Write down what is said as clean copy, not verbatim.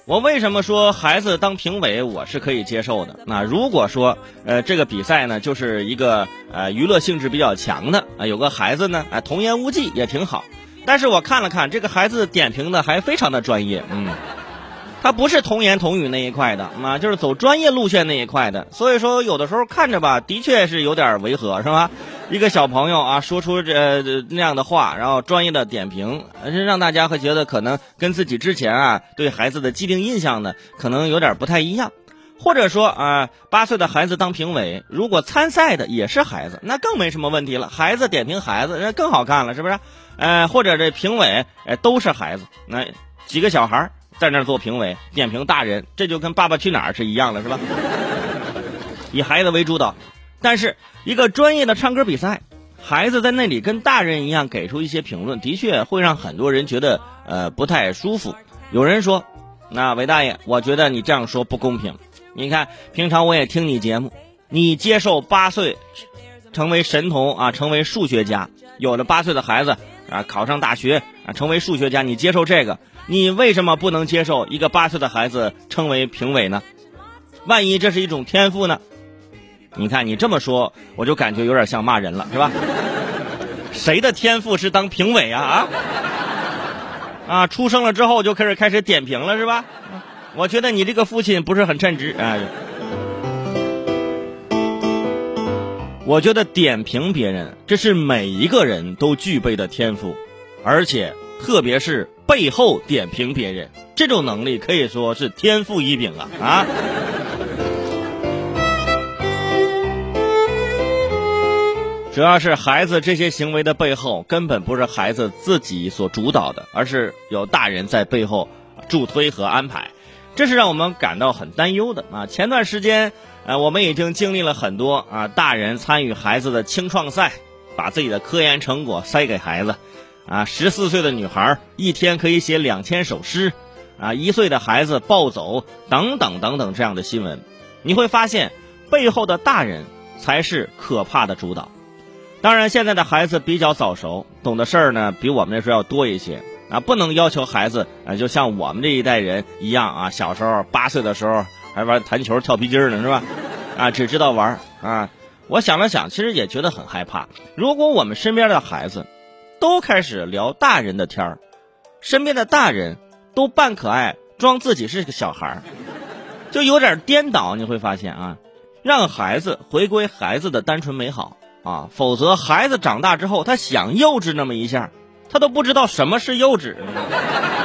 我为什么说孩子当评委我是可以接受的？那如果说这个比赛呢就是一个娱乐性质比较强的有个孩子呢童言无忌也挺好，但是我看了看这个孩子点评的还非常的专业，他不是童言童语那一块的就是走专业路线那一块的，所以说有的时候看着吧的确是有点违和，是吧？一个小朋友说出那样的话，然后专业的点评，让大家会觉得可能跟自己之前对孩子的既定印象呢可能有点不太一样。或者说8岁的孩子当评委，如果参赛的也是孩子，那更没什么问题了，孩子点评孩子那更好看了，是不是？或者这评委都是孩子，那几个小孩在那做评委点评大人，这就跟爸爸去哪儿是一样的，是吧？以孩子为主导。但是一个专业的唱歌比赛，孩子在那里跟大人一样给出一些评论，的确会让很多人觉得不太舒服。有人说，那韦大爷，我觉得你这样说不公平。你看平常我也听你节目，你接受8岁成为神童成为数学家，有的8岁的孩子考上大学成为数学家，你接受这个，你为什么不能接受一个8岁的孩子成为评委呢？万一这是一种天赋呢？你看你这么说我就感觉有点像骂人了，是吧？谁的天赋是当评委出生了之后就开始点评了，是吧？我觉得你这个父亲不是很称职我觉得点评别人这是每一个人都具备的天赋，而且特别是背后点评别人，这种能力可以说是天赋异禀主要是孩子这些行为的背后根本不是孩子自己所主导的，而是有大人在背后助推和安排，这是让我们感到很担忧的前段时间我们已经经历了很多大人参与孩子的青创赛，把自己的科研成果塞给孩子14岁的女孩一天可以写2000首诗1岁的孩子暴走等等等等这样的新闻。你会发现背后的大人才是可怕的主导。当然现在的孩子比较早熟，懂的事儿呢比我们那时候要多一些不能要求孩子就像我们这一代人一样小时候8岁的时候还玩弹球跳皮筋呢，是吧？只知道玩我想了想，其实也觉得很害怕。如果我们身边的孩子都开始聊大人的天儿，身边的大人都扮可爱装自己是个小孩，就有点颠倒。你会发现让孩子回归孩子的单纯美好否则孩子长大之后他想幼稚那么一下，他都不知道什么是幼稚。